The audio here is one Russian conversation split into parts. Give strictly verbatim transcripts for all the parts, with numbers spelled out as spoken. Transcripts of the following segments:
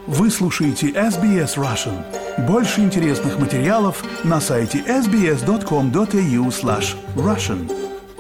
Вы слушаете эс би эс Russian. Больше интересных материалов на сайте эс би эс точка ком точка эй ю слэш Russian.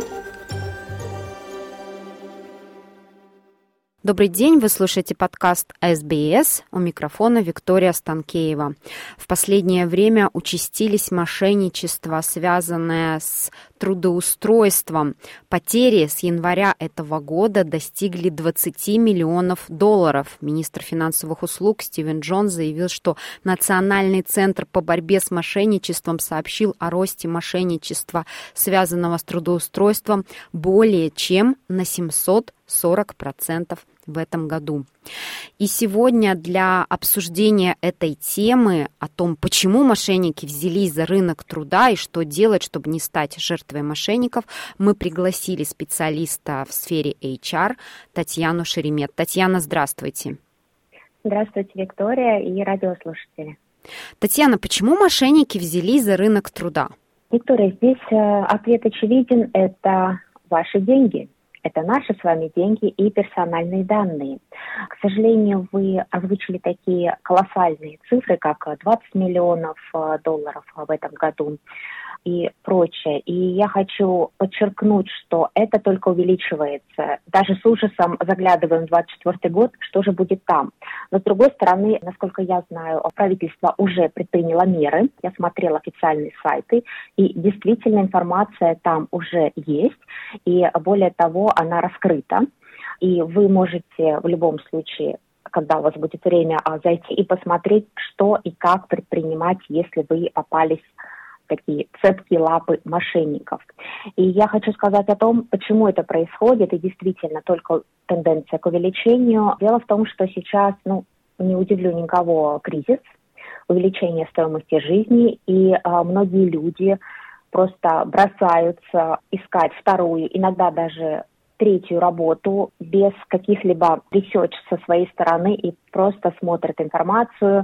Добрый день, вы слушаете подкаст эс би эс, у микрофона Виктория Станкеева. В последнее время участились мошенничества, связанные с трудоустройством. Потери с января этого года достигли двадцать миллионов долларов. Министр финансовых услуг Стивен Джонс заявил, что Национальный центр по борьбе с мошенничеством сообщил о росте мошенничества, связанного с трудоустройством, более чем на семьсот сорок процентов в этом году. И сегодня для обсуждения этой темы, о том, почему мошенники взялись за рынок труда и что делать, чтобы не стать жертвой мошенников, мы пригласили специалиста в сфере эйч ар Татьяну Шеремет. Татьяна, здравствуйте. Здравствуйте, Виктория и радиослушатели. Татьяна, почему мошенники взялись за рынок труда? Виктория, здесь э, ответ очевиден. Это ваши деньги. Это наши с вами деньги и персональные данные. К сожалению, вы озвучили такие колоссальные цифры, как двадцать миллионов долларов в этом году и прочее. И я хочу подчеркнуть, что это только увеличивается. Даже с ужасом заглядываем в двадцать четвёртый год, что же будет там. Но с другой стороны, насколько я знаю, правительство уже предприняло меры. Я смотрела официальные сайты, и действительно информация там уже есть. И более того, она раскрыта. И вы можете в любом случае, когда у вас будет время, зайти и посмотреть, что и как предпринимать, если вы попались такие цепкие лапы мошенников. И я хочу сказать о том, почему это происходит, и действительно только тенденция к увеличению. Дело в том, что сейчас, ну, не удивлю никого, кризис, увеличение стоимости жизни, и а, многие люди просто бросаются искать вторую, иногда даже третью работу без каких-либо ресерч со своей стороны и просто смотрят информацию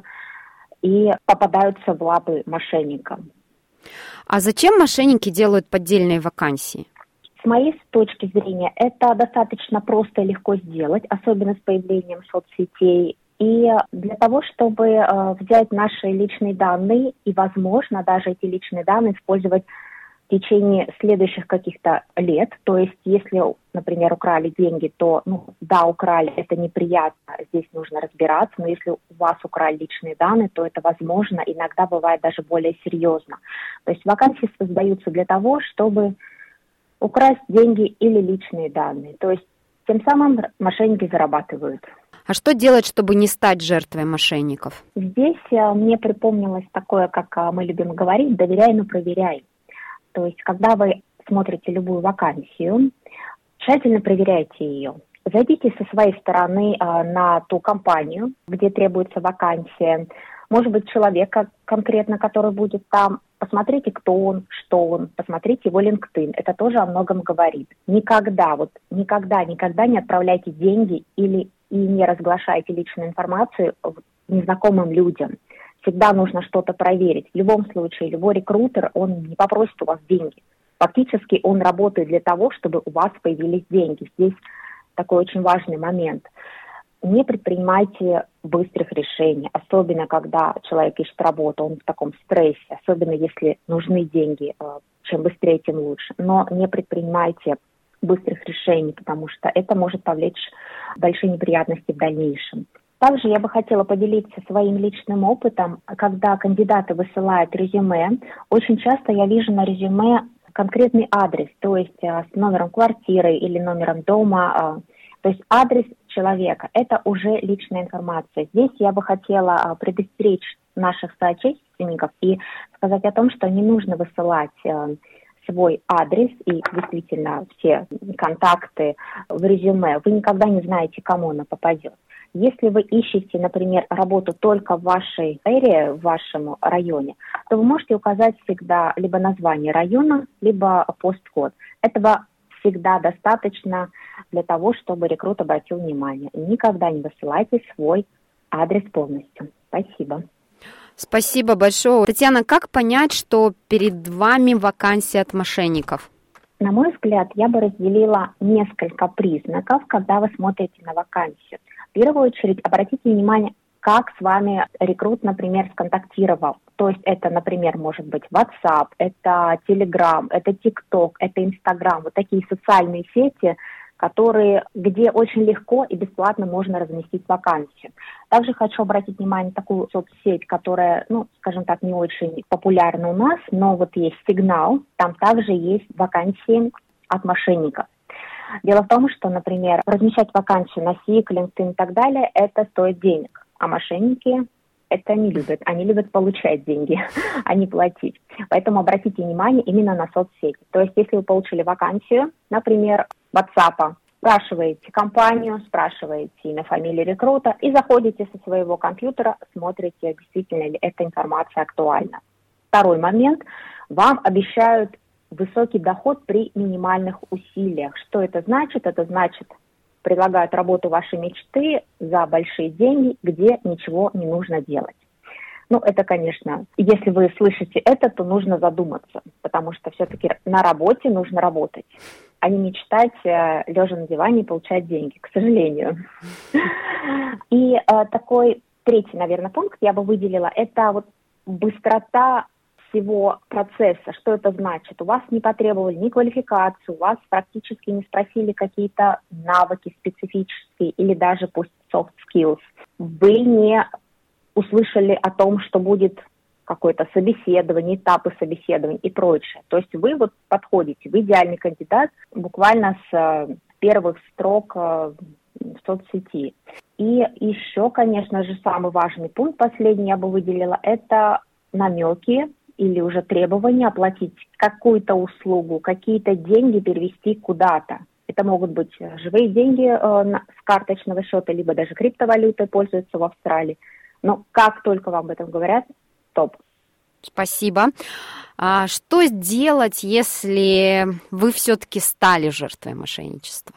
и попадаются в лапы мошенникам. А зачем мошенники делают поддельные вакансии? С моей точки зрения, это достаточно просто и легко сделать, особенно с появлением соцсетей. И для того, чтобы э, взять наши личные данные и, возможно, даже эти личные данные использовать в течение следующих каких-то лет. То есть, если, например, украли деньги, то, ну, да, украли, это неприятно, здесь нужно разбираться, но если у вас украли личные данные, то это возможно, иногда бывает даже более серьезно. То есть вакансии создаются для того, чтобы украсть деньги или личные данные. То есть тем самым мошенники зарабатывают. А что делать, чтобы не стать жертвой мошенников? Здесь мне припомнилось такое, как мы любим говорить, доверяй, но проверяй. То есть, когда вы смотрите любую вакансию, тщательно проверяйте ее. Зайдите со своей стороны а, на ту компанию, где требуется вакансия. Может быть, человека конкретно, который будет там. Посмотрите, кто он, что он. Посмотрите его LinkedIn. Это тоже о многом говорит. Никогда, вот никогда, никогда не отправляйте деньги или и не разглашайте личную информацию незнакомым людям. Всегда нужно что-то проверить. В любом случае, любой рекрутер, он не попросит у вас деньги. Фактически он работает для того, чтобы у вас появились деньги. Здесь такой очень важный момент. Не предпринимайте быстрых решений, особенно когда человек ищет работу, он в таком стрессе, особенно если нужны деньги. Чем быстрее, тем лучше. Но не предпринимайте быстрых решений, потому что это может повлечь большие неприятности в дальнейшем. Также я бы хотела поделиться своим личным опытом. Когда кандидаты высылают резюме, очень часто я вижу на резюме конкретный адрес, то есть с номером квартиры или номером дома, то есть адрес человека. Это уже личная информация. Здесь я бы хотела предостеречь наших соотечественников и сказать о том, что не нужно высылать свой адрес и действительно все контакты в резюме. Вы никогда не знаете, кому она попадет. Если вы ищете, например, работу только в вашей эре, в вашем районе, то вы можете указать всегда либо название района, либо посткод. Этого всегда достаточно для того, чтобы рекрут обратил внимание. Никогда не высылайте свой адрес полностью. Спасибо. Спасибо большое. Татьяна, как понять, что перед вами вакансия от мошенников? На мой взгляд, я бы разделила несколько признаков, когда вы смотрите на вакансию. В первую очередь, обратите внимание, как с вами рекрут, например, сконтактировал. То есть это, например, может быть WhatsApp, это Telegram, это TikTok, это Instagram, вот такие социальные сети, которые, где очень легко и бесплатно можно разместить вакансию. Также хочу обратить внимание на такую соцсеть, которая, ну, скажем так, не очень популярна у нас, но вот есть Signal, там также есть вакансии от мошенников. Дело в том, что, например, размещать вакансию на Seek, LinkedIn и так далее, это стоит денег, а мошенники это не любят. Они любят получать деньги, а не платить. Поэтому обратите внимание именно на соцсети. То есть, если вы получили вакансию, например, WhatsApp, спрашиваете компанию, спрашиваете имя, фамилию рекрута и заходите со своего компьютера, смотрите, действительно ли эта информация актуальна. Второй момент. Вам обещают высокий доход при минимальных усилиях. Что это значит? Это значит, предлагают работу вашей мечты за большие деньги, где ничего не нужно делать. Ну, это, конечно, если вы слышите это, то нужно задуматься, потому что все-таки на работе нужно работать, а не мечтать, лежа на диване, и получать деньги, к сожалению. И э, такой третий, наверное, пункт я бы выделила, это вот быстрота всего процесса. Что это значит? У вас не потребовали ни квалификацию, у вас практически не спросили какие-то навыки специфические или даже пусть soft skills. Вы не услышали о том, что будет какое-то собеседование, этапы собеседования и прочее. То есть вы вот подходите, вы идеальный кандидат буквально с первых строк в соцсети. И еще, конечно же, самый важный пункт, последний я бы выделила, это намеки или уже требования оплатить какую-то услугу, какие-то деньги перевести куда-то. Это могут быть живые деньги э, с карточного счета, либо даже криптовалютой пользуются в Австралии. Но как только вам об этом говорят, стоп. Спасибо. А что сделать, если вы все-таки стали жертвой мошенничества?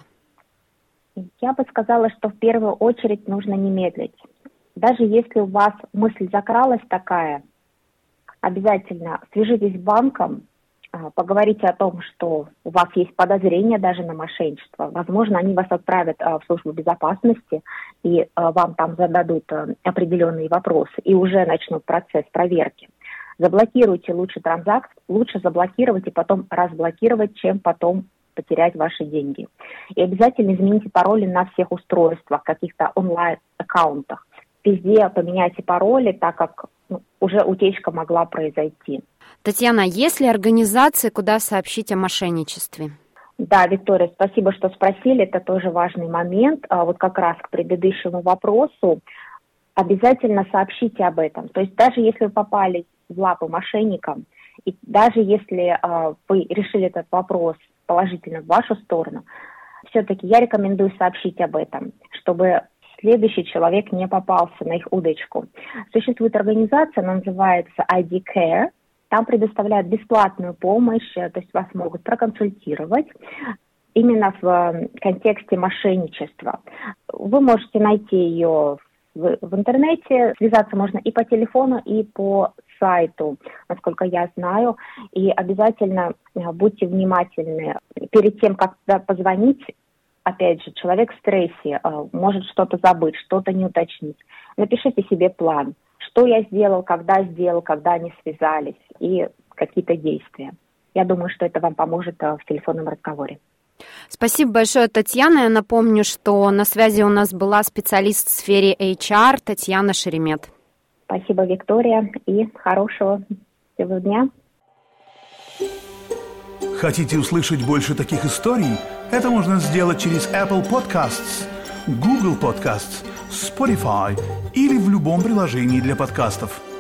Я бы сказала, что в первую очередь нужно не медлить. Даже если у вас мысль закралась такая, обязательно свяжитесь с банком, поговорите о том, что у вас есть подозрения даже на мошенничество. Возможно, они вас отправят в службу безопасности, и вам там зададут определенные вопросы, и уже начнут процесс проверки. Заблокируйте лучше транзакцию, лучше заблокировать и потом разблокировать, чем потом потерять ваши деньги. И обязательно измените пароли на всех устройствах, каких-то онлайн-аккаунтах. Везде поменяйте пароли, так как ну, уже утечка могла произойти. Татьяна, есть ли организации, куда сообщить о мошенничестве? Да, Виктория, спасибо, что спросили. Это тоже важный момент. А вот как раз к предыдущему вопросу. Обязательно сообщите об этом. То есть даже если вы попали в лапы мошенникам, и даже если а, вы решили этот вопрос положительно в вашу сторону, все-таки я рекомендую сообщить об этом, чтобы следующий человек не попался на их удочку. Существует организация, она называется ай ди Care. Там предоставляют бесплатную помощь, то есть вас могут проконсультировать именно в контексте мошенничества. Вы можете найти ее в, в интернете, связаться можно и по телефону, и по сайту, насколько я знаю. И обязательно будьте внимательны. Перед тем, как позвонить, опять же, человек в стрессе, может что-то забыть, что-то не уточнить. Напишите себе план. Что я сделал, когда сделал, когда они связались, и какие-то действия. Я думаю, что это вам поможет в телефонном разговоре. Спасибо большое, Татьяна. Я напомню, что на связи у нас была специалист в сфере эйч ар Татьяна Шеремет. Спасибо, Виктория, и хорошего всего дня. Хотите услышать больше таких историй? Это можно сделать через Apple Podcasts, Google Podcasts, Spotify или в любом приложении для подкастов.